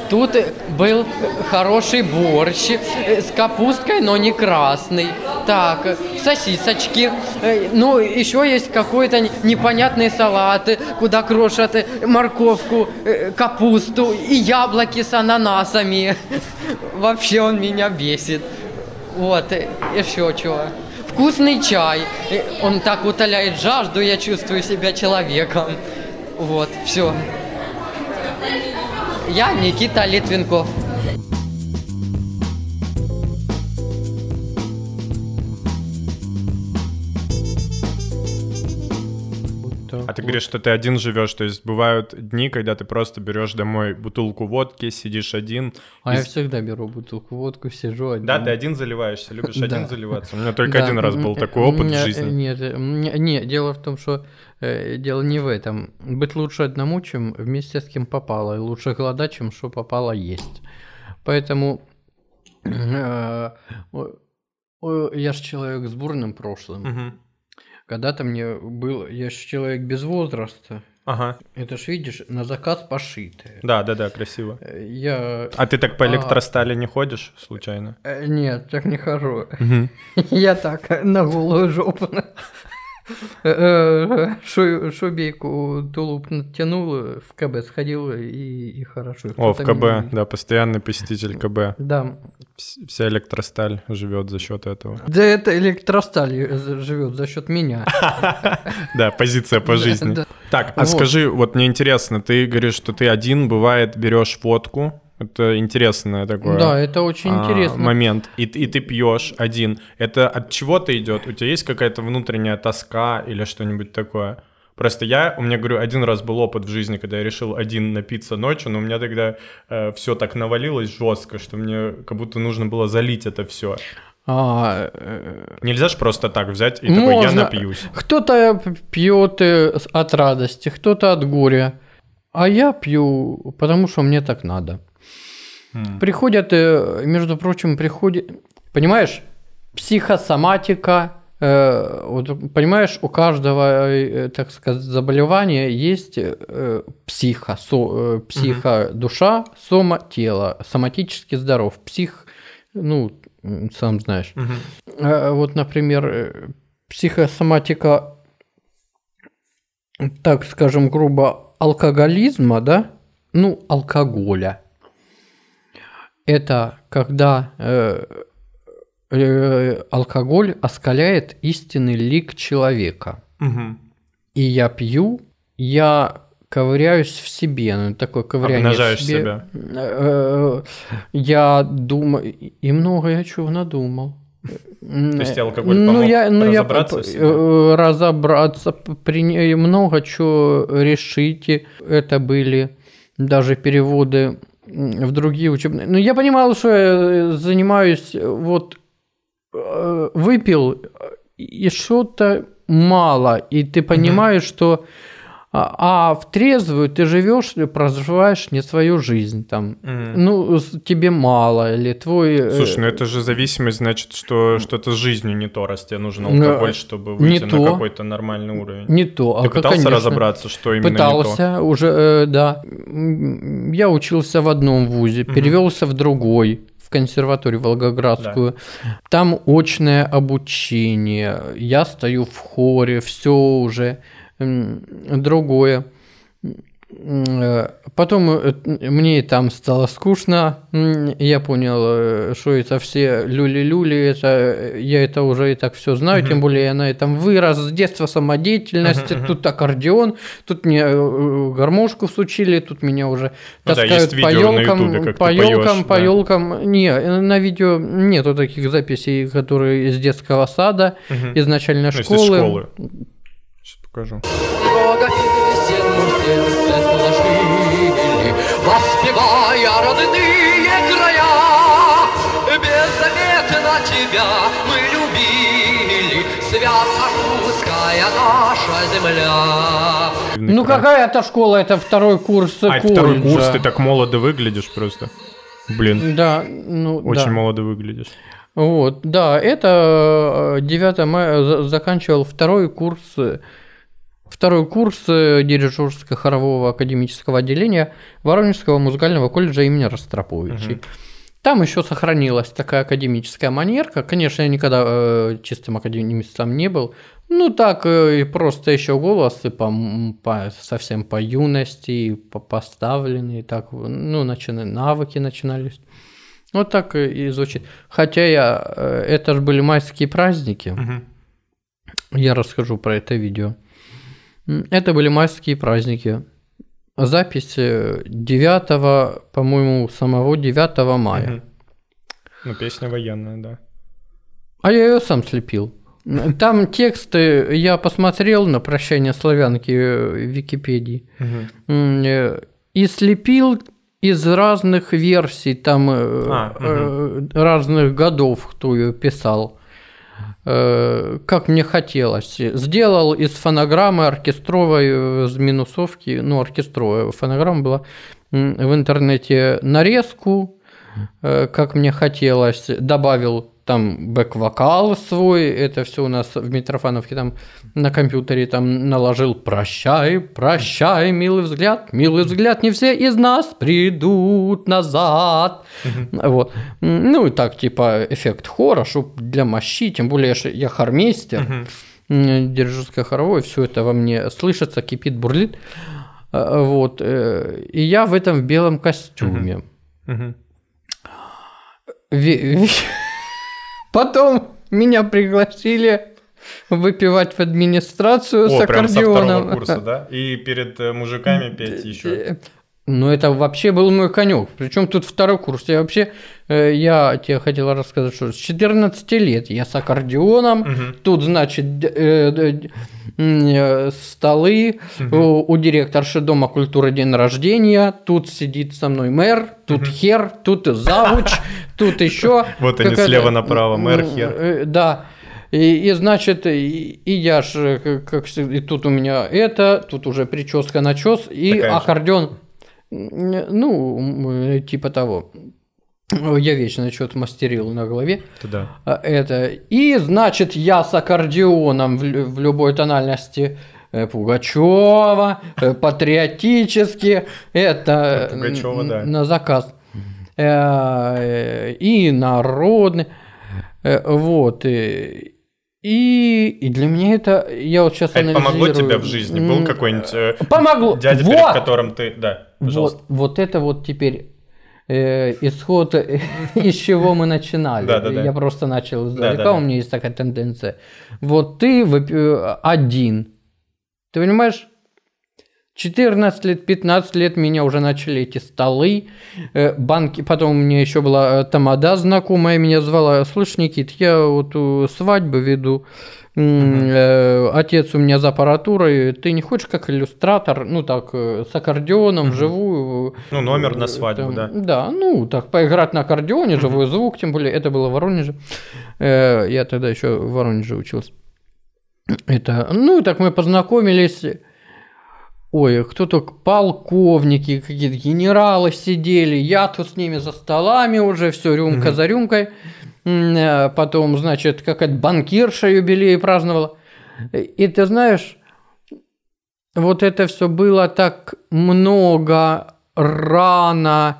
Тут был хороший борщ с капусткой, но не красный. Так, сосисочки. Ну, еще есть какой-то непонятный салат, куда крошат морковку, капусту и яблоки с ананасами. Вообще он меня бесит. Вот, еще чего. Вкусный чай. Он так утоляет жажду, я чувствую себя человеком. Вот, все. Я Никита Литвинков. А ты говоришь, что ты один живешь, то есть бывают дни, когда ты просто берешь домой бутылку водки, сидишь один. Я всегда беру бутылку водку, сижу один. Да, ты один заливаешься, любишь один заливаться. У меня только один раз был такой опыт в жизни. Нет, дело в том, что дело не в этом. Быть лучше одному, чем вместе с кем попало. И лучше голодать, чем что попало есть. Поэтому я же человек с бурным прошлым. Когда-то я же человек без возраста. Ага. Это ж, видишь, на заказ пошитое. Да, красиво. А ты так по электростали не ходишь случайно? Нет, так не хожу. Я так на голую жопу. Шубейку, тулуп натянул, в КБ сходил и хорошо. О, в КБ, да, постоянный посетитель КБ. Да. Вся электросталь живет за счет этого. Да, это электросталь живет за счет меня. Да, позиция по жизни. Так, а скажи, вот мне интересно, ты говоришь, что ты один, бывает, берешь водку. Это интересное такое. Да, это очень интересно. Момент. И ты пьешь один. Это от чего-то идет? У тебя есть какая-то внутренняя тоска или что-нибудь такое? Просто у меня, говорю, один раз был опыт в жизни, когда я решил один напиться ночью, но у меня тогда все так навалилось жестко, что мне как будто нужно было залить это все. Нельзя же просто так взять и такой, я напьюсь. Кто-то пьет от радости, кто-то от горя, а я пью, потому что мне так надо. Приходят, между прочим, понимаешь, психосоматика, вот, понимаешь, у каждого, так сказать, заболевания есть психо-душа, сома-тело, соматически здоров, сам знаешь. Вот, например, психосоматика, так скажем, грубо, алкоголизма, да, алкоголя. Это когда алкоголь оскаляет истинный лик человека. И я пью, я ковыряюсь в себе, такое ковыряние обнажаешь в себе. себя. Я думаю, и много я чего надумал. То есть алкоголь помог разобраться в себе? Разобраться, много чего решить. Это были даже переводы в другие учебные. Я понимал, что я занимаюсь, выпил, и что-то мало, и ты понимаешь, что в трезвую ты живешь, проживаешь не свою жизнь, там, тебе мало, или твой... Слушай, это же зависимость, значит, что что-то с жизнью не то, раз тебе нужен алкоголь, чтобы выйти на какой-то нормальный уровень. Не то. Ты пытался разобраться, что именно не то? Пытался, уже, да. Я учился в одном вузе, перевелся в другой, в консерваторию Волгоградскую. Да. Там очное обучение, я стою в хоре, все уже... другое. Потом мне там стало скучно, я понял, что это все люли-люли, я это уже и так все знаю, тем более я на этом вырос с детства, самодеятельность, тут аккордеон, тут мне гармошку всучили, тут меня уже таскают по елкам. Не, на видео нету таких записей, которые из детского сада, из начальной школы. Сейчас покажу. Воспевая родные края, беззаветно тебя мы любили, свята русская наша земля. Какая это школа, это второй курс колледжа. Второй курс, ты так молодо выглядишь просто. Блин. Да, очень молодо выглядишь. Вот, да, это 9 мая заканчивал второй курс Второй курс дирижерско-хорового академического отделения Воронежского музыкального колледжа имени Ростроповичей. Там еще сохранилась такая академическая манерка. Конечно, я никогда чистым академистом не был. Ну, так, просто еще голос и совсем по юности, поставленные, так, ну, навыки начинались. Вот так и звучит. Хотя это же были майские праздники. Я расскажу про это видео. Это были майские праздники. Запись 9, по-моему, самого 9 мая. Ну, песня военная, да. А я ее сам слепил. Там тексты я посмотрел на «Прощание славянки» в Википедии. И слепил из разных версий, там разных годов, кто ее писал. Как мне хотелось. Сделал из фонограммы оркестровой, с минусовки, ну, оркестровая фонограмма была в интернете, нарезку, как мне хотелось, добавил там бэк-вокал свой, это все у нас в Митрофановке там на компьютере там наложил «Прощай, прощай, милый взгляд, не все из нас придут назад». Вот. Ну и так, типа, эффект хора, чтобы для мощи, тем более я хормейстер, дирижерско-хоровой, все это во мне слышится, кипит, бурлит. Вот. И я в этом белом костюме. Потом меня пригласили выпивать в администрацию с аккордеоном. Прям со второго курса, да? И перед мужиками петь еще. Ну, это вообще был мой конек. Причем тут второй курс. Я тебе хотела рассказать, что с 14 лет я с аккордеоном. Тут, значит, столы. У директорши Дома культуры день рождения. Тут сидит со мной мэр. Тут хер. Тут завуч. Тут еще. Вот они слева направо. Мэр, хер. Да. И значит, и я же, и тут у меня тут уже прическа начес, и такая аккордеон. Ну, типа того. Я вечно что-то мастерил на голове. Да. И, значит, я с аккордеоном в любой тональности Пугачева, патриотически, это Пугачева, да. На заказ. И народный. Вот. И для меня это... Я вот сейчас анализирую. Помогло тебе в жизни? Был какой-нибудь помогло. Дядя, вот. Перед которым ты... Да, пожалуйста. Вот это вот теперь исход, из чего мы начинали. Да. Я просто начал издалека, у меня есть такая тенденция. Вот ты один. Ты понимаешь? 14 лет, 15 лет меня уже начали эти столы, банки. Потом у меня еще была тамада знакомая, меня звала: слышь, Никит, я вот свадьбу веду, отец у меня за аппаратурой, ты не хочешь как иллюстратор, ну так, с аккордеоном, вживую. Ну, номер на свадьбу, да. Да, ну так, поиграть на аккордеоне, живой звук, тем более, это было в Воронеже. Я тогда еще в Воронеже учился. Ну, так мы познакомились. Ой, кто-то полковники, какие-то генералы сидели, я тут с ними за столами уже, все рюмка за рюмкой. Потом, значит, какая-то банкирша юбилей праздновала. И ты знаешь, вот это все было так много, рано.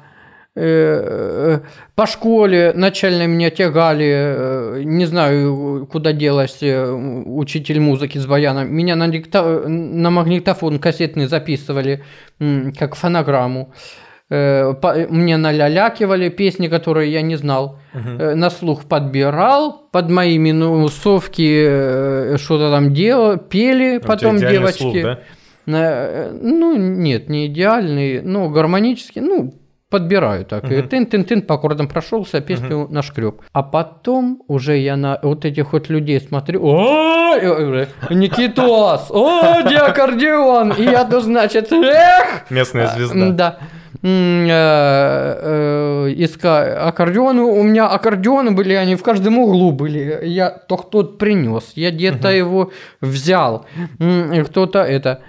По школе начально меня тягали, не знаю, куда делась учитель музыки с баяном. Меня на магнитофон кассетный записывали, как фонограмму. Мне налялякивали песни, которые я не знал. На слух подбирал, под мои минусовки что-то там делал, пели, потом девочки. Слух, да? Ну, нет, не идеальный, но гармонический, ну, подбираю так. И тын-тын-тын по аккордам прошелся, песню нашкреб. А потом уже я на вот этих вот людей смотрю. Никитос! О, где аккордеон! И я тут, значит, местная звезда. Да. Аккордеоны, у меня аккордеоны были, они в каждом углу были. Я то кто-то принес, я где-то его взял. Кто-то это...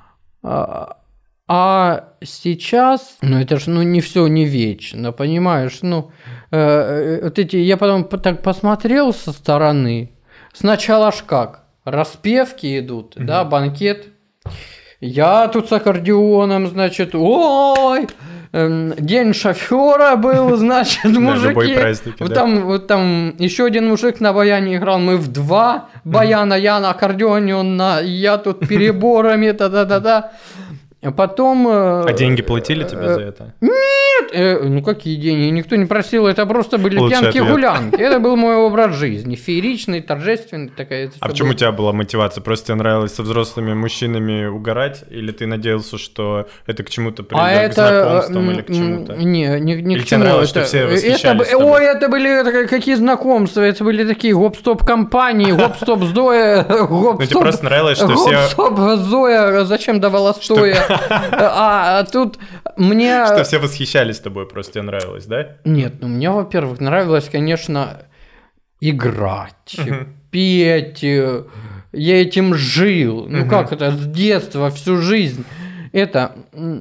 А сейчас, ну это же не все не вечно, понимаешь, вот эти, я потом так посмотрел со стороны, сначала ж как, распевки идут, да, банкет, Я тут с аккордеоном, значит, ой, день шофера был, значит, мужики. любой праздник, да. Вот там еще один мужик на баяне играл, мы в 2 баяна, я на аккордеоне, я тут переборами, та-да-да-да. А потом... А деньги платили тебе за это? Нет, ну какие деньги, никто не просил, это просто были Лучший пьянки-гулянки. Это был мой образ жизни, фееричный, торжественный. Такая, А в чем у тебя была мотивация? Просто тебе нравилось со взрослыми мужчинами угорать? Или ты надеялся, что это к чему-то приведет, к знакомствам или к чему-то? Не или к тебе чему. нравилось, что все восхищались тобой? Ой, это были какие знакомства, это были такие гоп-стоп-компании, гоп-стоп Зоя, Ну, тебе просто нравилось, что все... Гоп-стоп Зоя, зачем давала стоя? А тут мне... Что все восхищались тобой, просто тебе нравилось, да? Нет, ну мне, во-первых, нравилось, конечно, играть, петь. Я этим жил. Ну как это, с детства, всю жизнь. Это...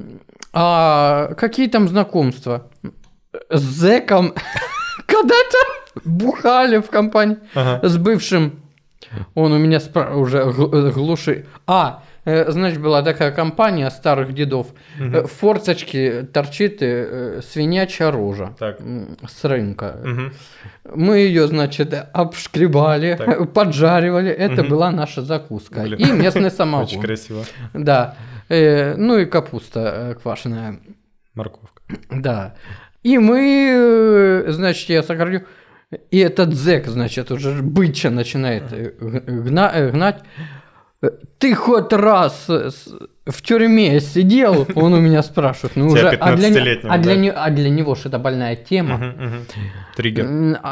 А какие там знакомства? С зэком когда-то бухали в компании с бывшим. Он у меня уже глуши. Значит, была такая компания старых дедов. В форточке торчит свинячья рожа с рынка. Мы ее, значит, обшкребали, поджаривали. Это была наша закуска. И местный самогон. Очень красиво. Да. Ну и капуста квашеная. Морковка. Да. И мы, значит, я сократил. И этот зэк, значит, уже быча начинает гнать. Ты хоть раз в тюрьме сидел? Он у меня спрашивает. Ну, уже, а для него же это больная тема. Триггер.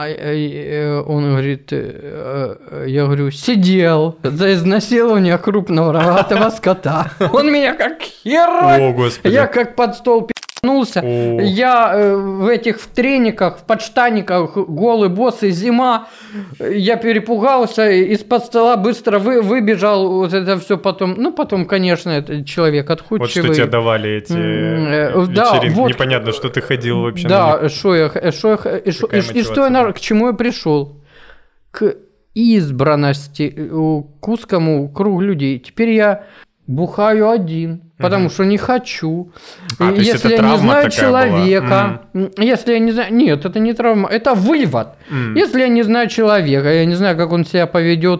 Он говорит, я говорю, сидел за изнасилование крупного рогатого скота. Он меня как херак. О, Господи. Я как под стол пи***нулся. Я в этих в трениках, в подштаниках, голый, босый, зима. Я перепугался, из-под стола быстро выбежал. Вот это все потом. Ну, потом, конечно, это человек отходчивый. Вот что тебе давали эти вечеринки. Вот. Непонятно, что ты ходил вообще. Да, к чему я пришел? К избранности, к узкому кругу людей. Теперь я бухаю один, потому что не хочу. Если я не знаю человека, если я не знаю... Нет, это не травма, это вывод. Если я не знаю человека, я не знаю, как он себя поведет,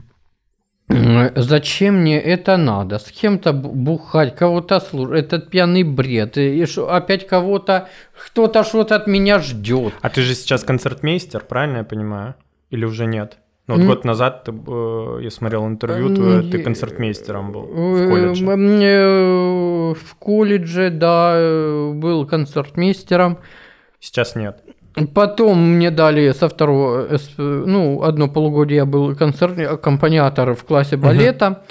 зачем мне это надо? С кем-то бухать, кого-то слушать, этот пьяный бред, и опять кто-то что-то от меня ждет. А ты же сейчас концертмейстер, правильно я понимаю? Или уже нет? Ну, вот год назад я смотрел интервью твое, ты концертмейстером был в колледже. В колледже, да, был концертмейстером. Сейчас нет. Потом мне дали со второго, одно полугодие я был аккомпаниатор в классе балета,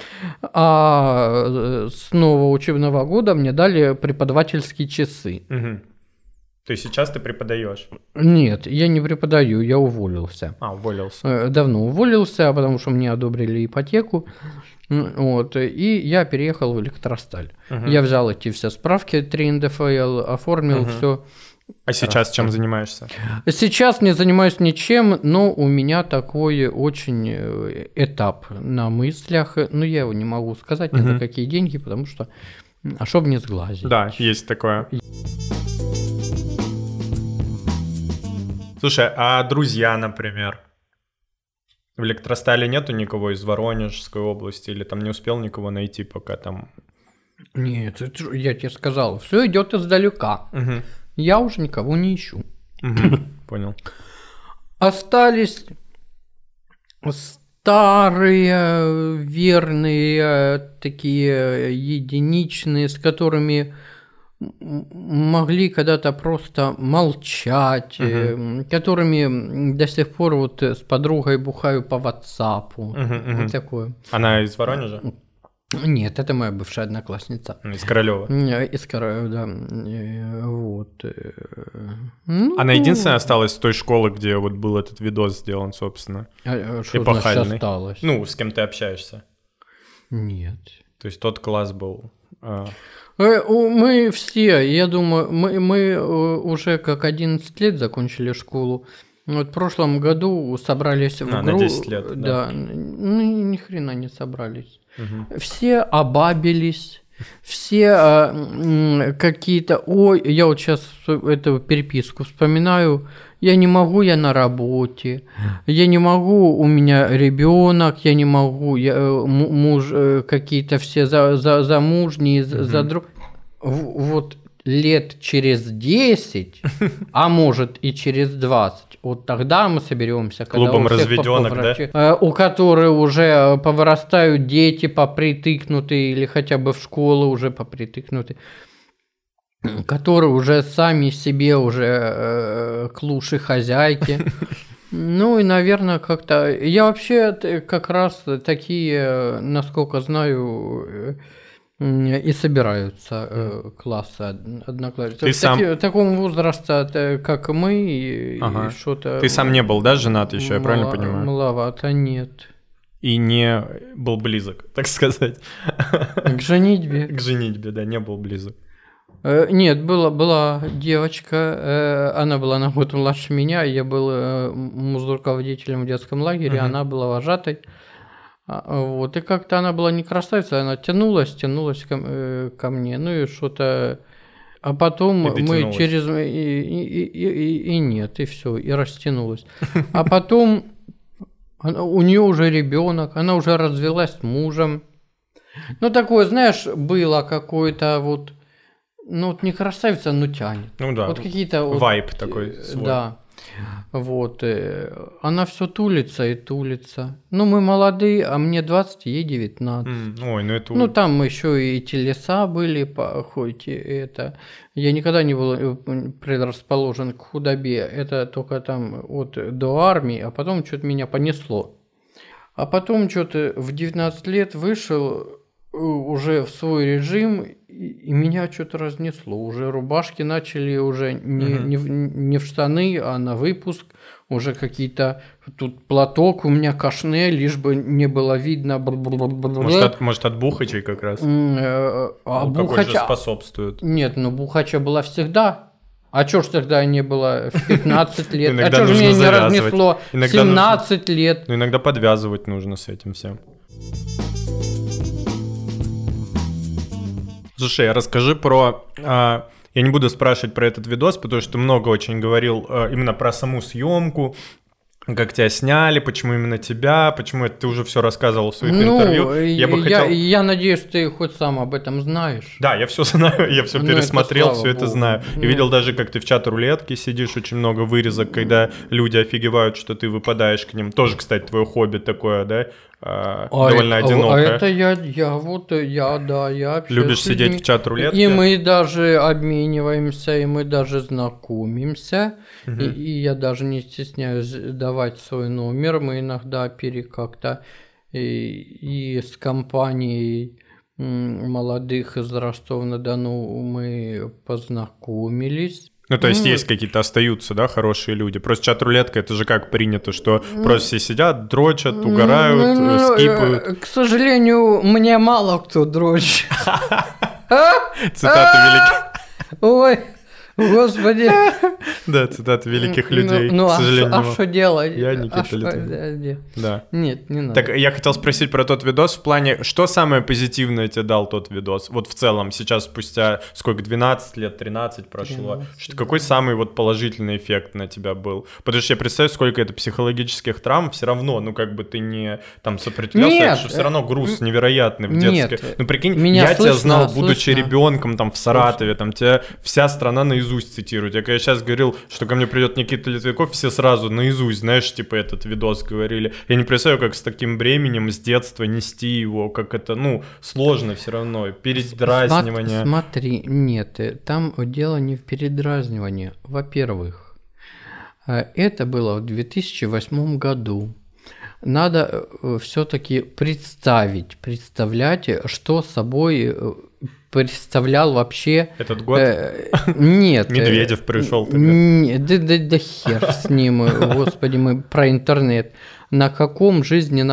а с нового учебного года мне дали преподавательские часы. То есть сейчас ты преподаешь? Нет, я не преподаю, я уволился. Уволился. Давно уволился, потому что мне одобрили ипотеку. Вот, и я переехал в Электросталь. Я взял эти все справки, 3 НДФЛ, оформил все. А сейчас чем занимаешься? Сейчас не занимаюсь ничем, но у меня такой очень этап на мыслях. Но я его не могу сказать ни за какие деньги, потому что, чтобы не сглазить. Да, есть такое. Слушай, а друзья, например? В Электростале нету никого из Воронежской области? Или там не успел никого найти, пока там... Нет, я тебе сказал, все идет издалека. Я уже никого не ищу. Понял. Остались старые, верные, такие единичные, с которыми могли когда-то просто молчать, которыми до сих пор вот с подругой бухаю по WhatsApp. Вот такое. Она из Воронежа? Нет, это моя бывшая одноклассница. Из Королева? Из Королева, да. Вот. Она единственная осталась с той школы, где вот был этот видос сделан, собственно. Что значит осталось? Ну, с кем ты общаешься? Нет. То есть тот класс был... Мы все, я думаю, мы уже как 11 лет закончили школу. Вот в прошлом году собрались в группу. На 10 лет. Да. Ну, ни хрена не собрались. Все обабились, все какие-то... Ой, я вот сейчас эту переписку вспоминаю. Я не могу, я на работе. Я не могу, у меня ребенок. Я не могу, муж какие-то все замужние, Вот лет через 10, а может и через 20, вот тогда мы соберемся. Клубом разведенок, да? У которых уже повырастают дети попритыкнутые, или хотя бы в школу уже попритыкнутые, которые уже сами себе уже клуши хозяйки. Ну и, наверное, как-то... Я вообще как раз такие, насколько знаю... И собираются классы одноклассников. В таком возрасте, как мы, и что-то... Ты сам не был, да, женат еще, я правильно понимаю? Маловато, нет. И не был близок, так сказать. К женитьбе. К женитьбе, да, не был близок. Нет, была девочка, она была на год младше меня, я был муз-руководителем в детском лагере, она была вожатой. Вот, и как-то она была не красавица, она тянулась ко мне, ну и что-то... А потом мы через... И нет, и все, и растянулась. А потом у нее уже ребенок, она уже развелась с мужем. Ну, такое, знаешь, было какое-то вот... Ну, вот не красавица, но тянет. Ну да, вот какие-то вайб такой свой. Да. Вот, она все тулится и тулится. Ну, мы молодые, а мне 20, ей 19. Ой, ну это... Ну, там еще и телеса были, хоть это... Я никогда не был предрасположен к худобе. Это только там вот до армии, а потом что-то меня понесло. А потом что-то в 19 лет вышел уже в свой режим, и меня что-то разнесло. Уже рубашки начали уже не в штаны, а на выпуск. Уже какие-то... Тут платок, у меня кашне, лишь бы не было видно. Может, от бухачей как раз? Алкоголь же способствует. Нет, ну бухача была всегда. А чё ж тогда не было в 15 лет? А Иногда чё ж меня не завязывать. разнесло в 17 лет? Ну, иногда подвязывать нужно с этим всем. Слушай, а расскажи про... Я не буду спрашивать про этот видос, потому что ты много очень говорил именно про саму съемку, как тебя сняли, почему именно тебя, почему это ты уже все рассказывал в своих интервью. Я надеюсь, ты хоть сам об этом знаешь. Да, я все знаю, я все пересмотрел, все это знаю. И видел даже, как ты в чат-рулетке сидишь, очень много вырезок, когда люди офигевают, что ты выпадаешь к ним. Тоже, кстати, твое хобби такое, да? Довольно одинокое. А это я вообще... Любишь сидеть в чат-рулетке? И мы даже обмениваемся, и мы даже знакомимся. И я даже не стесняюсь давать свой номер. Мы иногда как-то и с компанией молодых из Ростова-на-Дону мы познакомились. Ну, то есть есть какие-то остаются, да, хорошие люди. Просто чат-рулетка, это же как принято, что просто все сидят, дрочат, угорают, скипают. К сожалению, мне мало кто дрочит. Цитаты великих. Ой, господи. Да, цитаты великих людей, к сожалению. А что делать? Я Никита Литвин. Да. Нет, не надо. Так, я хотел спросить про тот видос в плане, что самое позитивное тебе дал тот видос? Вот в целом, сейчас спустя сколько, 12 лет, 13 прошло. Какой самый вот положительный эффект на тебя был? Потому что я представляю, сколько это психологических травм, все равно, ну как бы ты не там сопротивлялся, что все равно груз невероятный в детстве. Ну прикинь, я тебя знал, будучи ребенком там в Саратове, там тебя вся страна наизусть цитирует. Я когда сейчас говорил, что ко мне придет Никита Литваков, все сразу наизусть, знаешь, типа этот видос говорили. Я не представляю, как с таким бременем с детства нести его, как это, ну, сложно все равно, передразнивание. Смотри, нет, там дело не в передразнивании. Во-первых, это было в 2008 году. Надо все-таки представлять, что собой представлял вообще... Этот год? Нет. Медведев пришел. Да хер с ним, господи, мы про интернет. На каком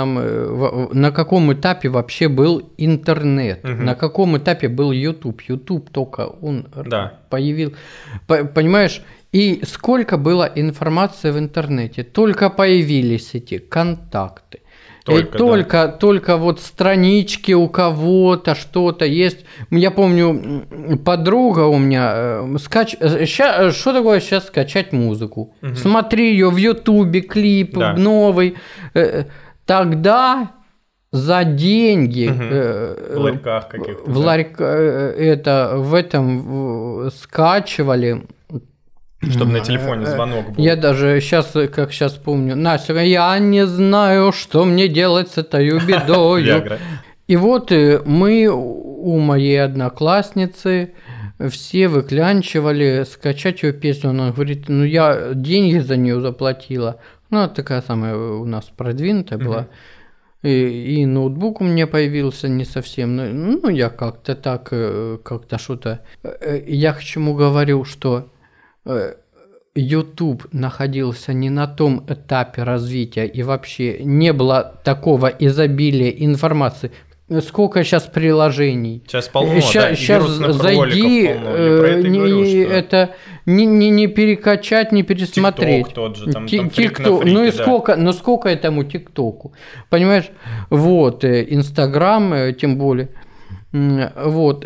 этапе вообще был интернет? На каком этапе был YouTube? YouTube только он появился. Понимаешь? И сколько было информации в интернете? Только появились эти контакты. Только вот странички у кого-то, что-то есть. Я помню, подруга у меня что такое сейчас скачать музыку? Смотри ее в Ютубе, клип новый. Тогда за деньги в ларьках каких-то. В этом скачивали. Чтобы на телефоне звонок был. Я даже сейчас помню. Настя, я не знаю, что мне делать с этой бедою. И вот мы у моей одноклассницы все выклянчивали скачать ее песню. Она говорит, я деньги за нее заплатила. Она такая самая у нас продвинутая была. И ноутбук у меня появился не совсем. Я как-то так, как-то что-то. Я к чему говорю, что YouTube находился не на том этапе развития и вообще не было такого изобилия информации. Сколько сейчас приложений? Сейчас полно, сейчас зайди, это не перекачать, не пересмотреть. TikTok тот же, там TikTok, сколько этому ТикТоку? Понимаешь? Вот, Инстаграм, тем более. Вот.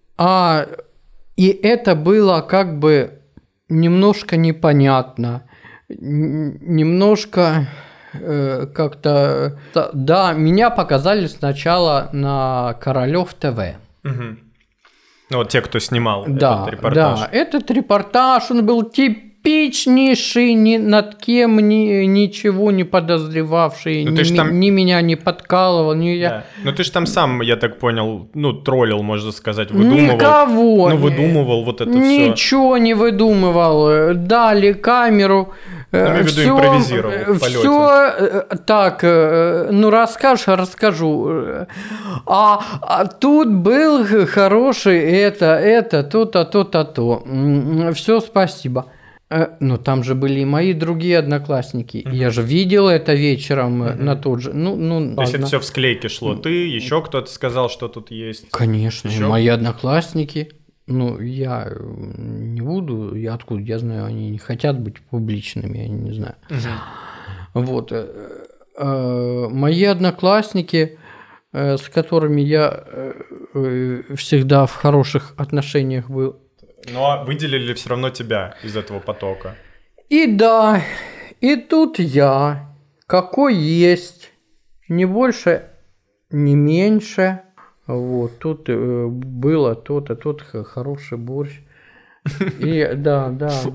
И это было как бы немножко непонятно, немножко как-то... Да, меня показали сначала на Королёв ТВ. Вот те, кто снимал этот репортаж. Да, этот репортаж, он был типичнейший, ни над кем ничего не подозревавший, ни меня не подкалывал, ни я... Ну ты же там сам, я так понял, троллил, можно сказать, выдумывал. Никого! Выдумывал вот это все. Ничего не выдумывал. Дали камеру... импровизировал в полете. Все так, расскажу. А тут был хороший это, то. Все, спасибо. Но там же были и мои другие одноклассники. Я же видел это вечером на тот же. То есть это все в склейке шло. Ты, еще кто-то сказал, что тут есть? Конечно, мои одноклассники. Я не буду, откуда я знаю, они не хотят быть публичными, я не знаю. Вот. Мои одноклассники, с которыми я всегда в хороших отношениях был. Но выделили все равно тебя из этого потока. И тут я, какой есть, не больше, не меньше. Вот, тут было то-то, тут хороший борщ. И да.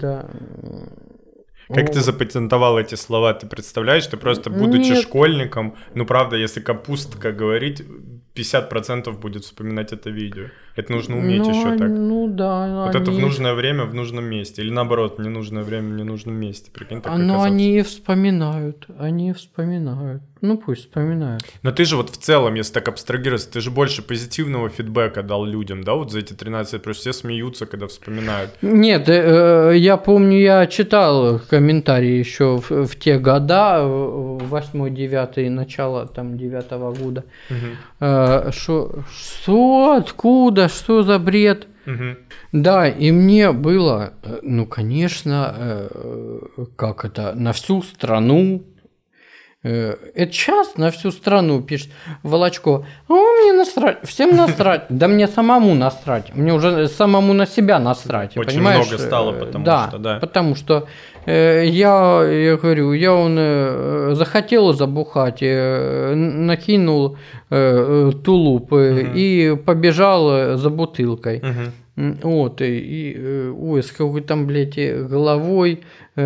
Как ты запатентовал эти слова? Ты представляешь, ты просто, будучи школьником, правда, если капустка говорить, 50% будет вспоминать это видео. Это нужно уметь еще так. Вот это в нужное время, в нужном месте. Или наоборот, в ненужное время, в ненужном месте. Прикинь, так оказалось. Они вспоминают. Пусть вспоминают. Но ты же вот в целом, если так абстрагироваться, ты же больше позитивного фидбэка дал людям, да, вот за эти 13 лет, просто все смеются, когда вспоминают. Нет, я помню, я читал комментарии еще в те года, 8-9, начало там 9-го года, что, откуда, что за бред? Да, и мне было, конечно, как это, на всю страну. Это сейчас на всю страну пишет Волочко. Мне насрать, всем насрать. Да мне самому насрать. Мне уже самому на себя насрать. Очень понимаешь? Много стало, потому что, да. Потому что я говорю, захотел забухать, накинул тулуп и побежал за бутылкой. Вот, с какой-то там, головой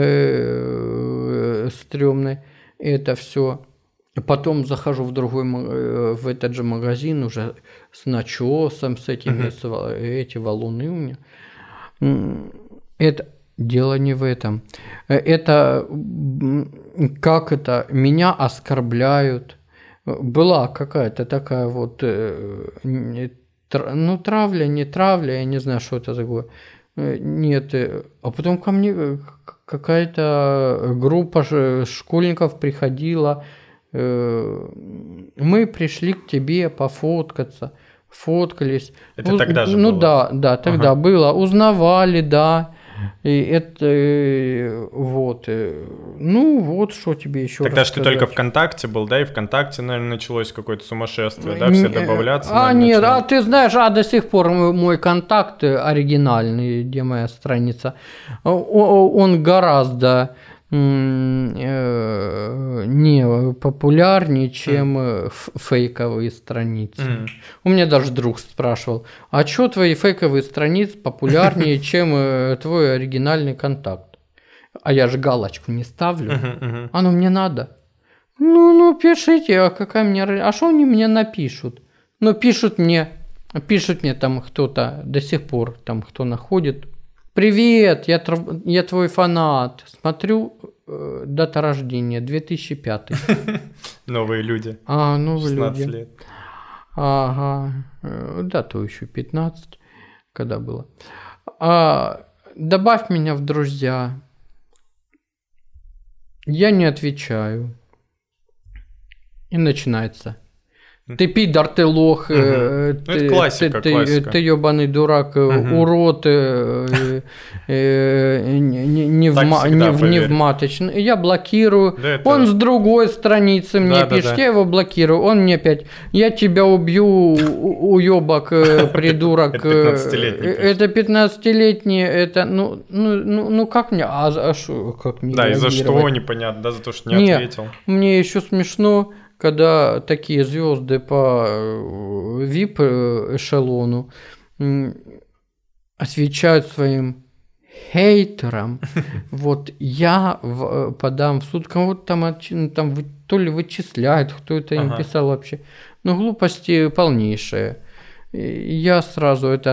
стрёмной. Это все. Потом захожу в этот же магазин уже с начесом, с этими эти валуны у меня. Это дело не в этом. Это меня оскорбляют. Была какая-то такая вот травля, не травля, я не знаю, что это такое. Нет, а потом ко мне какая-то группа школьников приходила, мы пришли к тебе пофоткаться, фоткались. Это тогда же было? Да, тогда было, узнавали, да. И это вот. Ну вот, что тебе еще Тогда рассказать. ж ты только ВКонтакте был, да, и ВКонтакте, наверное, началось какое-то сумасшествие, да, все добавляться. Наверное, Нет, начали. ты знаешь, до сих пор мой контакт оригинальный, где моя страница, он гораздо не популярнее, чем фейковые страницы. У меня даже друг спрашивал, а что твои фейковые страницы популярнее, чем твой оригинальный контакт? А я же галочку не ставлю. Оно мне надо. Ну, пишите, а что они мне напишут? Ну, пишут мне там кто-то до сих пор, там кто находит. Привет, я твой фанат. Смотрю, дата рождения 2005. Новые люди. Новые 16 люди. лет. Ага. Да, то еще 15, когда было. Добавь меня в друзья. Я не отвечаю. И начинается. Ты пидор, ты лох, Это классика. ты ебаный дурак, урод, невматочный. Я блокирую. Да, он с другой страницы мне пишет, я его блокирую. Он мне опять, я тебя убью, уебок, придурок. Это 15-летний. Это 15-летний, это, ну как мне, как мне да, и за что непонятно, да, за то, что не ответил. Мне еще смешно, когда такие звезды по VIP-эшелону отвечают своим хейтерам, вот я подам в суд, кого-то там то ли вычисляют, кто это им писал вообще. Ну, глупости полнейшие. Я сразу это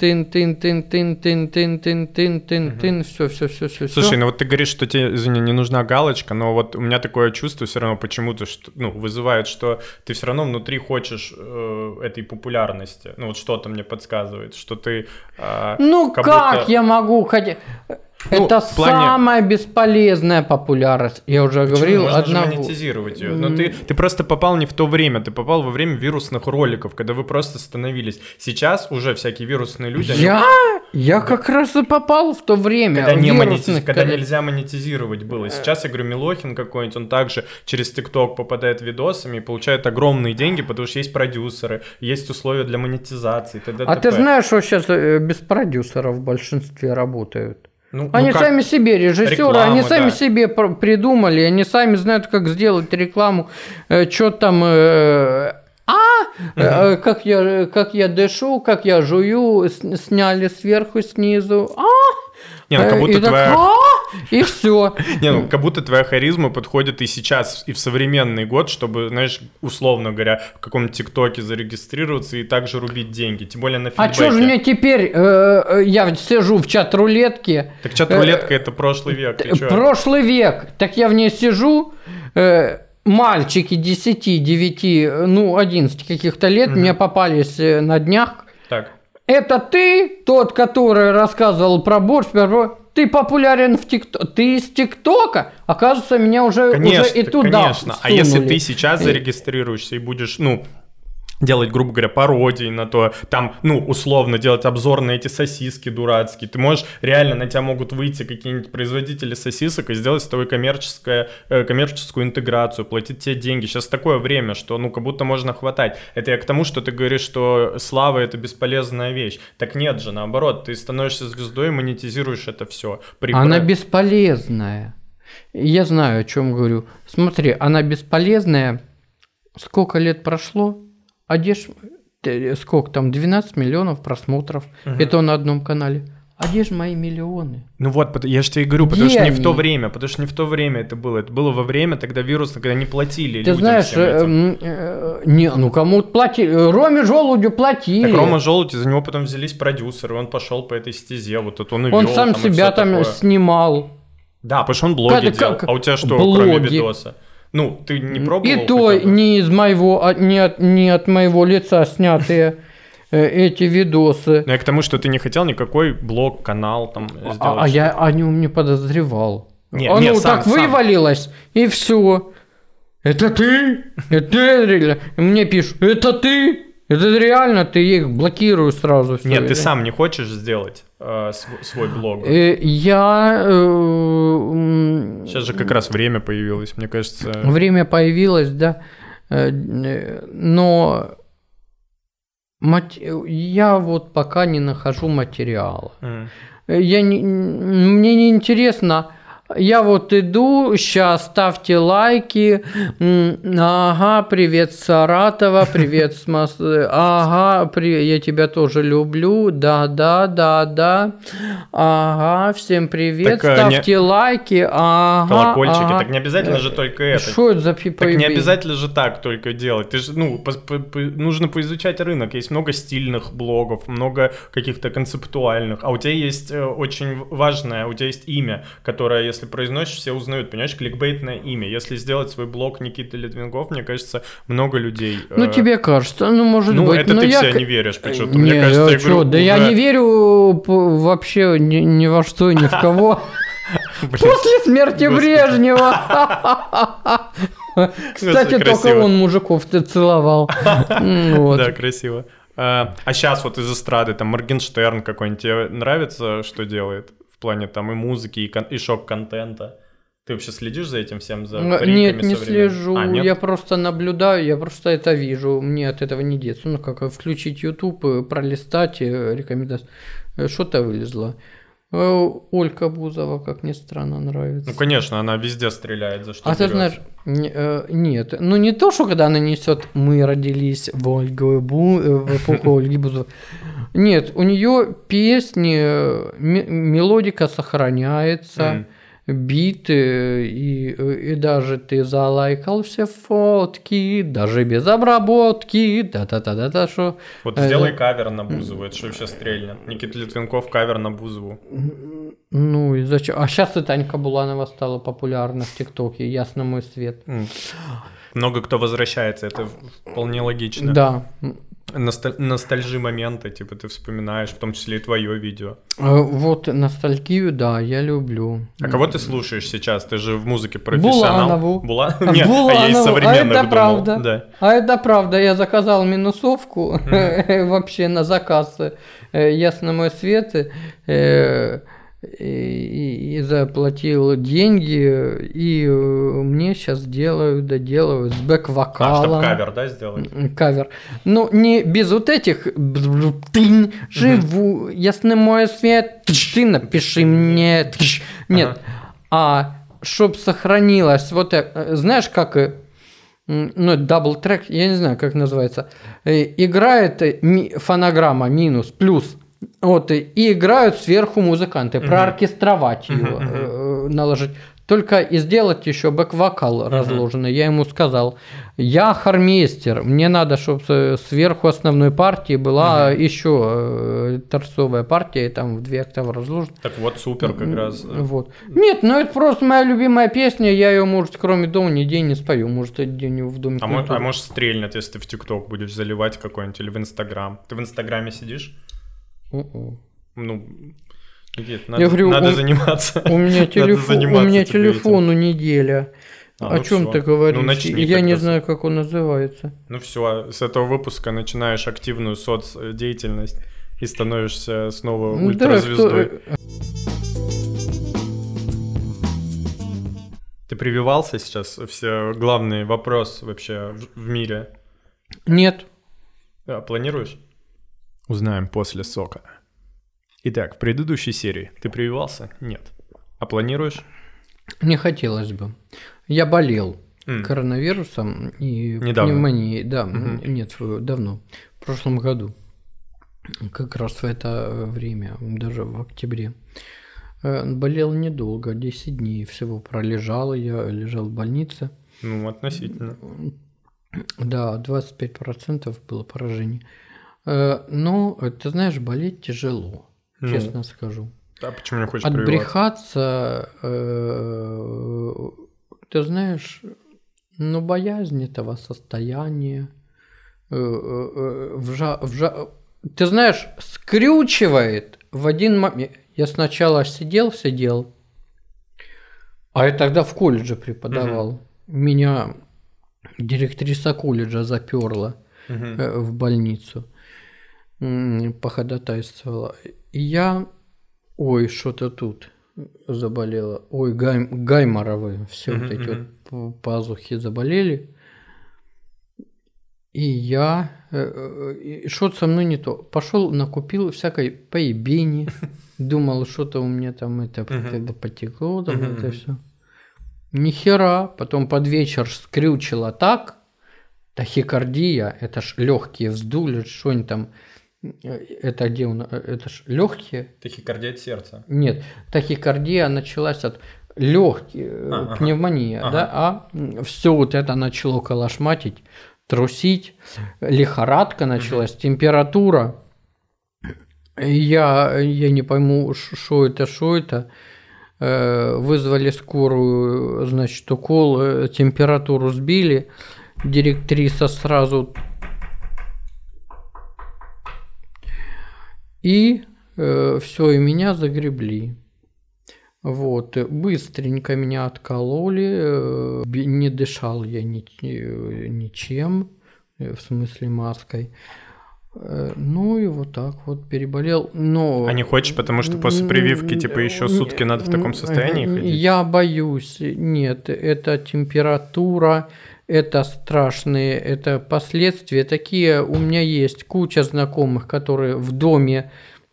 тын, все. Слушай, ну вот ты говоришь, что тебе, извини, не нужна галочка, но вот у меня такое чувство все равно почему-то, что, вызывает, что ты все равно внутри хочешь этой популярности. Ну вот что-то мне подсказывает, что ты... как я могу хотеть... Это самая бесполезная популярность. Я уже говорил можно одного. Можно монетизировать ее. Но ты просто попал не в то время. Ты попал во время вирусных роликов, когда вы просто становились. Сейчас уже всякие вирусные люди... Я как раз и попал в то время. Когда нельзя монетизировать было. Сейчас, я говорю, Милохин какой-нибудь, он также через ТикТок попадает видосами и получает огромные деньги, потому что есть продюсеры, есть условия для монетизации. Ты знаешь, что сейчас без продюсеров в большинстве работают? Они сами себе режиссеры, реклама, они сами себе придумали, они сами знают, как сделать рекламу, что там, как я дышу, как я жую, сняли сверху, снизу, как будто и все. Как будто твоя харизма подходит и сейчас, и в современный год, чтобы, знаешь, условно говоря, в каком-то ТикТоке зарегистрироваться и также рубить деньги, тем более на фидбэке. А что же мне теперь, я сижу в чат-рулетке. Так чат-рулетка это прошлый век. Прошлый век, так я в ней сижу, мальчики 10, 9, 11 каких-то лет мне попались на днях. Так. Это ты, тот, который рассказывал про борщ, ты популярен в ТикТоке, ты из ТикТока, оказывается, меня уже и туда Конечно, а если ты сейчас зарегистрируешься и будешь, делать, грубо говоря, пародии на то, там, условно делать обзор на эти сосиски дурацкие, ты можешь, реально на тебя могут выйти какие-нибудь производители сосисок и сделать с тобой коммерческую интеграцию, платить тебе деньги. Сейчас такое время, что, как будто можно хватать. Это я к тому, что ты говоришь, что слава — это бесполезная вещь. Так нет же, наоборот, ты становишься звездой и монетизируешь это все. Она бесполезная. Я знаю, о чем говорю. Смотри, она бесполезная. Сколько лет прошло? Сколько там, 12 миллионов просмотров. Это на одном канале. А где же мои миллионы? Я же тебе говорю, потому что не в то время это было. Это было во время тогда вируса, когда не платили ты людям. Ты знаешь, кому-то платили. Роме Желудю платили. Так Рома Желудь, за него потом взялись продюсеры, он пошел по этой стезе, вот это он и вел. Он сам себя там снимал. Да, потому что он блоги делал. А у тебя что, кроме видоса? Ты не пробовал? И то не из моего, не от моего лица снятые эти видосы. Я к тому, что ты не хотел никакой блог, канал там сделать. Я о нем не подозревал. Сам. Вывалилось, и все. Это ты? Мне пишут, это ты? Это реально, ты их блокируешь сразу. Всё. Нет, ты сам не хочешь сделать свой блог? Сейчас же как раз время появилось, мне кажется. Время появилось, да. Но я вот пока не нахожу материала. Мне не интересно. Я вот иду, сейчас ставьте лайки. Ага, привет с Саратова, привет с Москвы. Ага, привет, я тебя тоже люблю. Да. Ага, всем привет, так, ставьте лайки. Ага, колокольчики. Ага. Так не обязательно же только это. Что это за пипа? Так не обязательно же так только делать. Ты же, нужно поизучать рынок. Есть много стильных блогов, много каких-то концептуальных. А у тебя есть очень важное, у тебя есть имя, которое, если произносишь, все узнают. Понимаешь, кликбейтное имя. Если сделать свой блог Никиты Литвинков, мне кажется, много людей... Ну, тебе кажется, может быть. Ну, это ты в себя не веришь почему-то. Не, мне кажется, я говорю... Да я не верю вообще ни во что, ни в кого. После смерти Брежнева. Кстати, только он мужиков-то целовал. Да, красиво. А сейчас вот из эстрады, там, Моргенштерн какой-нибудь, тебе нравится, что делает? В плане там и музыки, и шоп-контента. Ты вообще следишь за этим всем, за париками? Нет, не слежу, я просто наблюдаю, я просто это вижу, мне от этого не деться. Ну, как включить YouTube, пролистать, рекомендации. Что-то вылезло. Ольга Бузова, как ни странно, нравится. Ну, конечно, она везде стреляет, за что А ты знаешь, нет, ну не то, что когда она несет «Мы родились в эпоху Ольги Бузовой». Нет, у нее песни, мелодика сохраняется, биты, и даже ты залайкал все фотки, даже без обработки, да-да-да-да-да, что... Вот сделай кавер на Бузову, это что вообще стрельнет? Никита Литвинков кавер на Бузову. Ну и зачем? А сейчас и Танька Буланова стала популярна в ТикТоке, ясно мой свет. Много кто возвращается, это вполне логично. Да. Ностальжи моменты, типа ты вспоминаешь, в том числе и твое видео. Вот ностальгию, да, я люблю. А кого ты слушаешь сейчас? Ты же в музыке профессионал. Буланову. Нет, а я из современных это думал. правда. Да. А это правда, я заказал минусовку вообще на заказ. Ясно мой свет. И заплатил деньги, и мне сейчас доделают с бэк-вокалом. Чтобы кавер, да, сделать? Кавер. Ну, не без вот этих живу, ясный мой свет, ты напиши мне. Нет, а чтоб сохранилось, вот знаешь, как, ну, дабл-трек, я не знаю, как называется, играет фонограмма минус, плюс. Вот, и играют сверху музыканты, прооркестровать его, наложить. Только и сделать еще бэк-вокал разложенный. Я ему сказал, я хормейстер, мне надо, чтобы сверху основной партии была еще торцовая партия, там в 2 октавы разложена. Так вот, супер как раз. Вот. Нет, ну это просто моя любимая песня, я ее, может, кроме дома нигде не спою, может, где-нибудь в доме. А может стрельнет, если ты в ТикТок будешь заливать какой-нибудь или в Инстаграм. Ты в Инстаграме сидишь? Ну, Никит, надо заниматься. У меня телефону неделя. О чем ты говоришь? Начни, я не знаю, как он называется. Ну все, с этого выпуска начинаешь активную соцдеятельность и становишься снова ультразвездой. Ты прививался сейчас? Все главный вопрос вообще в мире. Нет. А планируешь? Узнаем после сока. Итак, в предыдущей серии ты прививался? Нет. А планируешь? Не хотелось бы. Я болел коронавирусом и пневмонией. Да, нет, давно. В прошлом году. Как раз в это время, даже в октябре. Болел недолго, 10 дней всего пролежал. Я лежал в больнице. Ну, относительно. Да, 25% было поражение. Но, ты знаешь, болеть тяжело, честно скажу. А почему не хочешь прививаться? Отбрехаться, ты знаешь, боязнь этого состояния. Ты знаешь, скрючивает в один момент. Я сначала сидел, а я тогда в колледже преподавал. Меня директриса колледжа заперла. в больницу. Походатайствовала. И я, что-то тут заболело. Гайморовые. Все вот эти вот пазухи заболели. И я... что-то со мной не то. Пошел, накупил всякой поебени. Думал, что-то у меня там это когда потекло, там это все. Ни хера. Потом под вечер скрючило так. Тахикардия. Это ж легкие вздули. Что-нибудь там... Это где у нас? Это ж легкие? Тахикардия от сердца. Нет, тахикардия началась от легких, пневмония, да, а все вот это начало колошматить, трусить, лихорадка началась, температура. Я не пойму, что это. Вызвали скорую, значит, укол, температуру сбили, директриса сразу... И все, и меня загребли. Вот, быстренько меня откололи, не дышал я ничем, в смысле маской. Ну и вот так вот переболел. Но... А не хочешь, потому что после прививки типа еще сутки надо в таком состоянии ходить? Я боюсь, нет, это температура, это страшные, это последствия. Такие у меня есть куча знакомых, которые в доме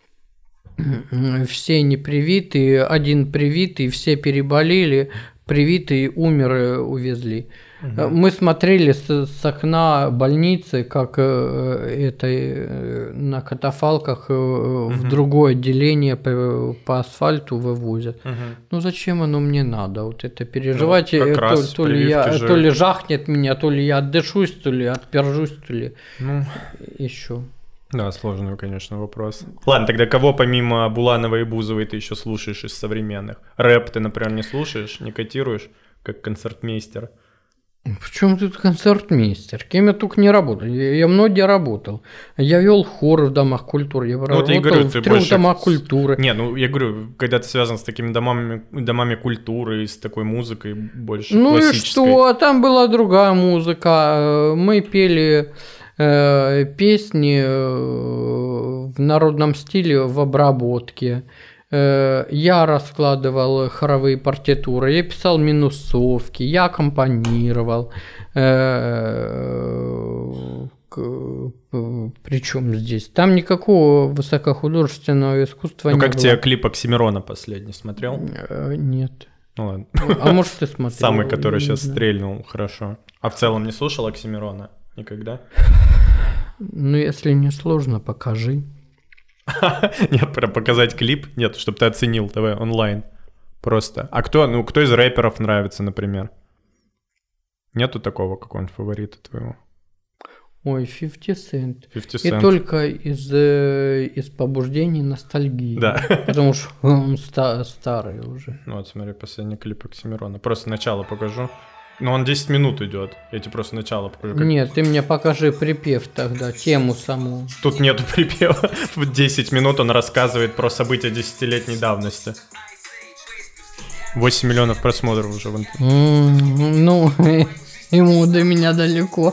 все не привитые, один привитый, все переболели, привитый умер, увезли. Мы смотрели с окна больницы, как это на катафалках в другое отделение по асфальту вывозят. Ну зачем оно мне надо? Вот это переживать, ну, то ли жахнет меня, то ли я отдышусь, то ли отпержусь, то ли еще. Да, сложный, конечно, вопрос. Ладно, тогда кого помимо Булановой и Бузовой ты еще слушаешь из современных? Рэп ты, например, не слушаешь, не котируешь, как концертмейстер? Почему тут концертмейстер? Кем я только не работал. Я многие работал. Я вел хор в домах культуры. Я работал в 3 домах культуры. Не, ну я говорю, когда ты связан с такими домами культуры, с такой музыкой больше ну классической. Ну и что? Там была другая музыка. Мы пели песни в народном стиле в обработке. Я раскладывал хоровые партитуры, я писал минусовки, я аккомпанировал. Причем здесь? Там никакого высокохудожественного искусства не было. Ну как тебе клип Оксимирона последний смотрел? Нет. Ну ладно. А может ты смотрел? Самый, который сейчас стрельнул, хорошо. А в целом не слушал Оксимирона? Никогда? Ну если не сложно, покажи. Нет, показать клип? Нет, чтобы ты оценил ТВ онлайн. Просто. А кто из рэперов нравится, например? Нету такого какого-нибудь фаворита твоего? Ой, 50 Cent. 50 И Cent. только из побуждений ностальгии. Да. Потому что он старый уже. Ну вот смотри, последний клип Оксимирона. Просто начало покажу. Но он 10 минут идет. Я тебе просто начало покажу. Нет, ты мне покажи припев тогда, тему саму. Тут нету припева. В 10 минут он рассказывает про события 10-летней давности. 8 миллионов просмотров уже в интернете. Ну, ему до меня далеко.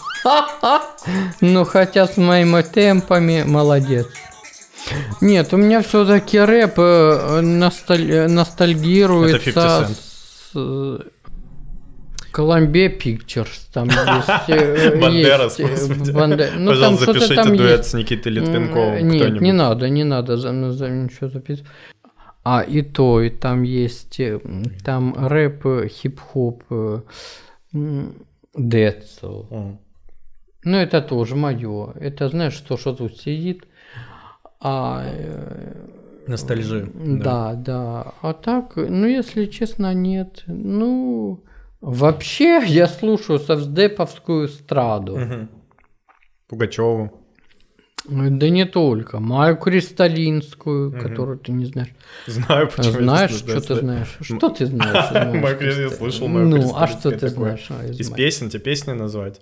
Ну, хотя с моими темпами молодец. Нет, у меня все-таки рэп ностальгируется. Это 50 Cent. Columbia Pictures, там есть... Бандерас, пожалуйста, запишите дуэт с Никитой Литвинковым. Нет, не надо ничего записывать. И то, и там есть, там рэп, хип-хоп, Децл. Ну, это тоже мое. Это, знаешь, что тут сидит. Ностальжи. Да. А так, ну, если честно, нет. Ну... Вообще, я слушаю совдеповскую эстраду. Пугачеву. Да не только. Майю Кристалинскую, которую ты не знаешь. Знаю, почему. Знаешь, что ты знаешь? Что ты знаешь? Я слышал Майю Кристалинскую. Ну, а что ты знаешь? Из песен, тебе песни назвать?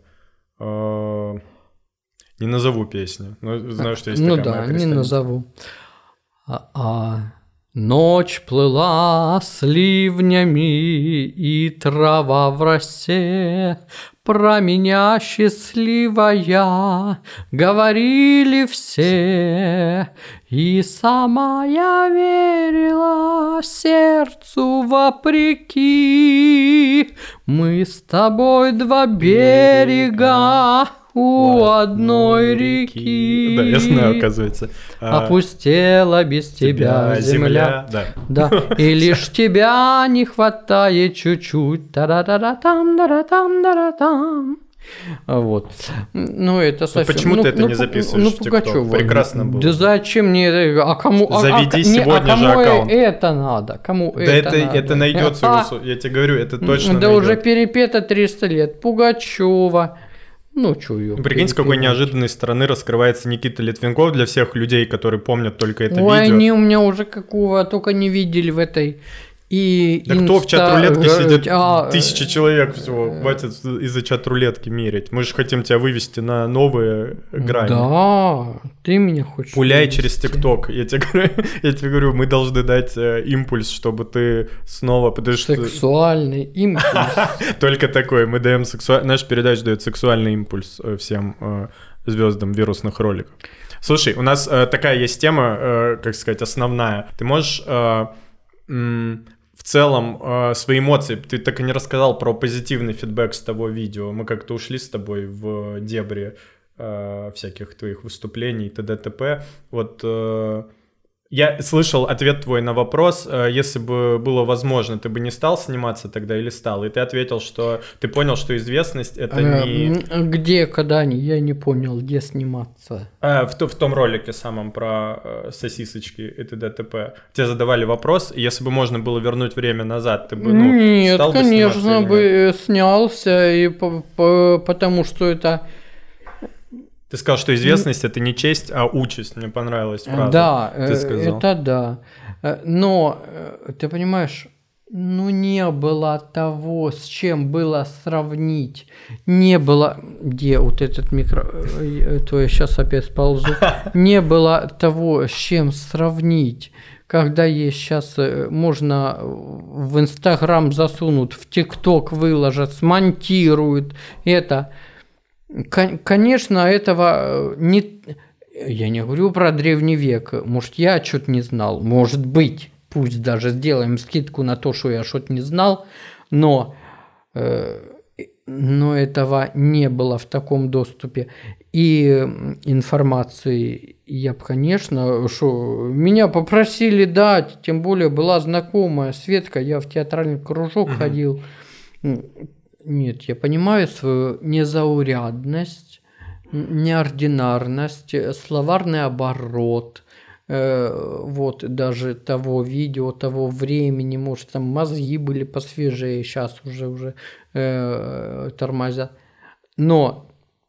Не назову песни, но знаю, что есть такая Майя Кристалинская. Ну да, не назову. Ночь плыла с ливнями, и трава в росе. Про меня счастливая говорили все, и сама я верила сердцу вопреки. Мы с тобой два берега у одной реки. Да, я знаю, оказывается. Опустела без тебя земля. Да. И лишь тебя не хватает чуть-чуть. Та-да-да-да-там, да-да-там, да-да-там. Вот. Ну, это совсем... Почему ты это не записываешь в ТикТок? Прекрасно было. Да зачем мне это? А кому... Заведи сегодня же аккаунт. Это надо? Кому да это надо? Это найдется, я тебе говорю, это точно да найдется. уже перепето 300 лет. Пугачева. Ну, чё её. Прикинь, с какой неожиданной стороны раскрывается Никита Литвинков для всех людей, которые помнят только это видео. Ой, они у меня уже какого только не видели в этой... И да кто в чат-рулетке сидит? 1000 человек всего. Хватит из-за чат-рулетки мерить. Мы же хотим тебя вывести на новые грани. Да, ты меня хочешь. Пуляй через ТикТок. Я тебе говорю, мы должны дать импульс, чтобы ты снова... Сексуальный импульс. Только такой. Мы даем сексуальный... Наша передача дает сексуальный импульс всем звездам вирусных роликов. Слушай, у нас такая есть тема, как сказать, основная. Ты можешь... в целом, свои эмоции. Ты так и не рассказал про позитивный фидбэк с того видео. Мы как-то ушли с тобой в дебри всяких твоих выступлений, т.д. т.п. Вот я слышал ответ твой на вопрос, если бы было возможно, ты бы не стал сниматься тогда или стал? И ты ответил, что ты понял, что известность это не... Где, когда не? Я не понял, где сниматься. В том ролике самом про сосисочки и т.д. т.п. Тебе задавали вопрос, и если бы можно было вернуть время назад, ты бы нет, стал бы конечно, бы снялся, и потому что это... Ты сказал, что известность это не честь, а участь. Мне понравилась фраза. Да, ты сказал. Это да. Но, ты понимаешь, не было того, с чем было сравнить. Не было... Где вот этот микро... То я сейчас опять сползу. Не было того, с чем сравнить. Когда есть сейчас, можно в Инстаграм засунут, в ТикТок выложат, смонтируют это... Конечно, этого не... Я не говорю про древний век. Может, я что-то не знал. Может быть. Пусть даже сделаем скидку на то, что я что-то не знал. Но этого не было в таком доступе. И информации я бы, конечно... Меня попросили дать. Тем более была знакомая Светка. Я в театральный кружок ходил. Нет, я понимаю свою незаурядность, неординарность, словарный оборот, вот даже того видео, того времени, может, там мозги были посвежее, сейчас уже тормозят. Но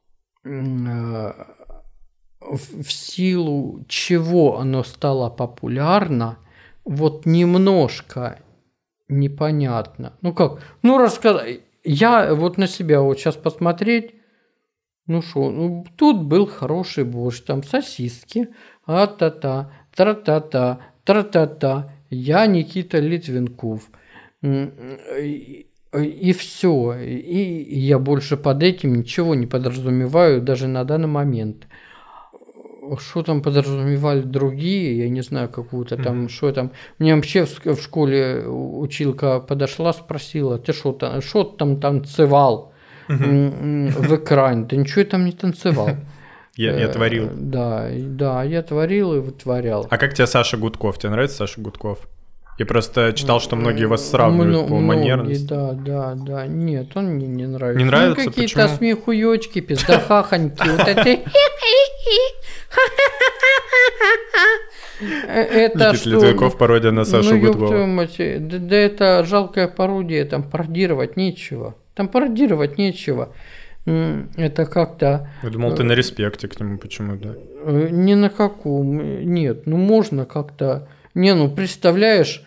в силу чего оно стало популярно, вот немножко непонятно. Ну как? Ну рассказать. Я вот на себя вот сейчас посмотреть, тут был хороший борщ, там сосиски, а-та-та, тра-та-та, тра-та-та, я Никита Литвинков. И все. И я больше под этим ничего не подразумеваю даже на данный момент. Что там подразумевали другие, я не знаю, какую-то там, что там. Мне вообще в школе училка подошла, спросила, ты что там танцевал в экране? Ты ничего там не танцевал. Я творил. Да, я творил и вытворял. А как тебе Саша Гудков? Тебе нравится Саша Гудков? Я просто читал, что многие вас сравнивают по манерности. Да. Нет, он мне не нравится. Не нравится? Какие-то смехуёчки, пиздахахоньки, вот эти... Это Никита Литвинков пародия на Сашу Гудкова. Да это жалкая пародия, там пародировать нечего. Это как-то... Я думал, ты на респекте к нему, почему, да? Ни на каком, нет, можно как-то... представляешь,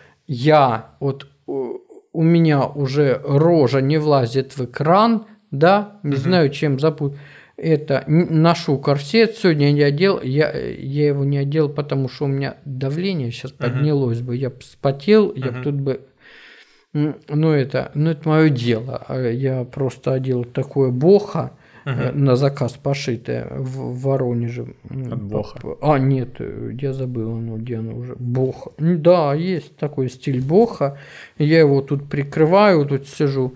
у меня уже рожа не влазит в экран, да, не знаю, чем запутать. ношу корсет. Сегодня я одел, я его не одел, потому что у меня давление сейчас поднялось бы. Я бы вспотел, я бы тут бы... Ну, это мое дело. Я просто одел такое бохо на заказ пошитое в Воронеже. От Боха. Нет, я забыл, где оно уже. Боха. Да, есть такой стиль боха. Я его тут прикрываю, тут сижу.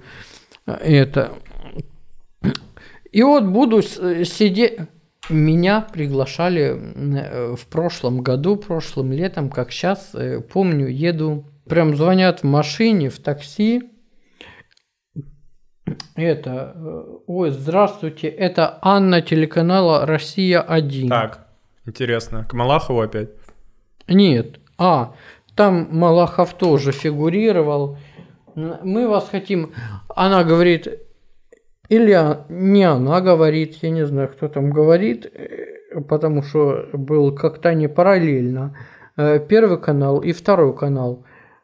И вот буду сидеть. Меня приглашали в прошлом году, прошлым летом, как сейчас, помню, еду. Прям звонят в машине, в такси. Ой, здравствуйте, это Анна, телеканала «Россия-1». Так, интересно. К Малахову опять? Нет. Там Малахов тоже фигурировал. Мы вас хотим... Она говорит... Или не она говорит, я не знаю, кто там говорит, потому что был как-то не параллельно. Первый канал и второй канал.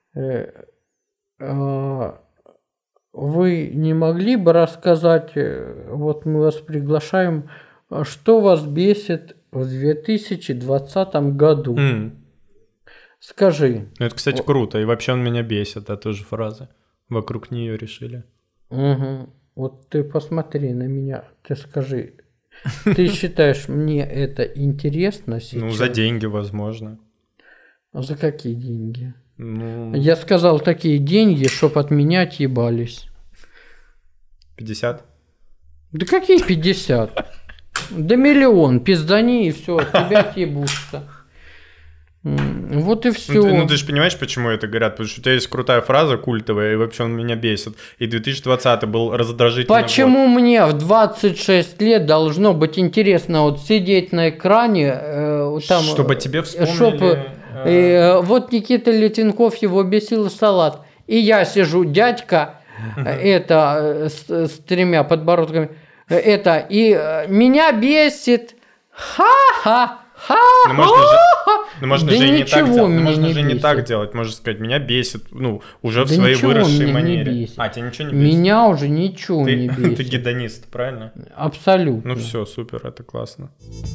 Вы не могли бы рассказать, вот мы вас приглашаем, что вас бесит в 2020 году? Скажи. Это, кстати, круто. И вообще он меня бесит, это тоже фраза. Вокруг нее решили. Угу. Вот ты посмотри на меня, ты скажи. Ты считаешь, мне это интересно сейчас? Ну, за деньги, возможно. А за какие деньги? Ну... Я сказал такие деньги, чтоб от меня отъебались. 50? Да какие 50? Да миллион, пиздани и все, от тебя отъебутся. Вот и все. Ну ты же понимаешь, почему это говорят? Потому что у тебя есть крутая фраза культовая, и вообще он меня бесит. И 2020 был раздражительный Почему год. мне в 26 лет должно быть интересно вот сидеть на экране там... Чтобы тебе вспомнили... Вот Никита Летенков, его бесил салат. И я сижу, дядька, с 3 подбородками, и меня бесит. Ха-ха! Можно же и не так делать. Можно же не так делать. Можно сказать, меня бесит, уже в своей выросшей манере. Тебя ничего не бесит? Меня уже ничего не бесит. Ты гедонист, правильно? Абсолютно. Ну все, супер, это классно.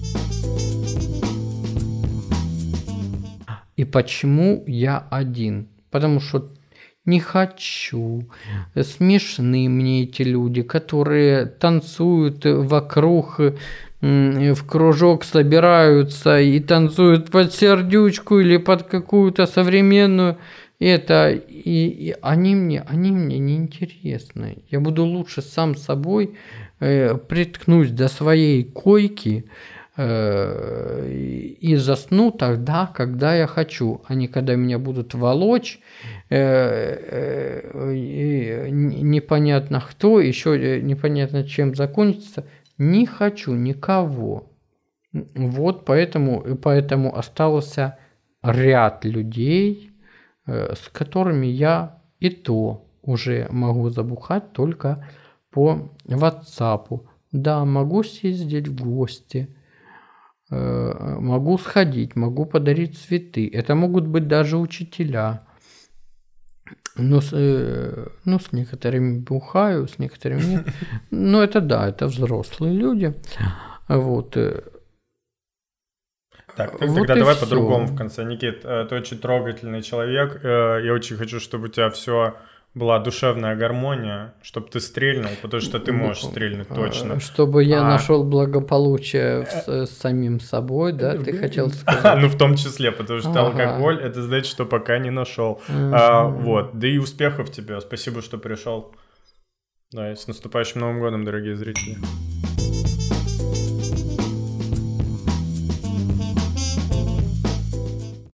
И почему я один? Потому что не хочу. Смешны мне эти люди, которые танцуют вокруг, в кружок собираются и танцуют под сердючку или под какую-то современную. И они мне не интересны. Я буду лучше сам собой, приткнусь до своей койки и засну тогда, когда я хочу, а не когда меня будут волочь, непонятно кто, еще непонятно чем закончится. Не хочу никого. Вот поэтому остался ряд людей, с которыми я и то уже могу забухать только по WhatsApp. Да, могу съездить в гости, могу сходить, могу подарить цветы. Это могут быть даже учителя. Но с некоторыми бухаю, с некоторыми нет. Но это да, это взрослые люди. Вот. Так, тогда давай по-другому в конце. Никит, ты очень трогательный человек. Я очень хочу, чтобы у тебя все была душевная гармония, чтобы ты стрельнул, потому что ты можешь стрельнуть точно. Чтобы я нашел благополучие с самим собой, да, ты хотел сказать? Ну, в том числе, потому что алкоголь, это значит, что пока не нашел. Вот, да и успехов тебе. Спасибо, что пришел. Да, и с наступающим Новым годом, дорогие зрители.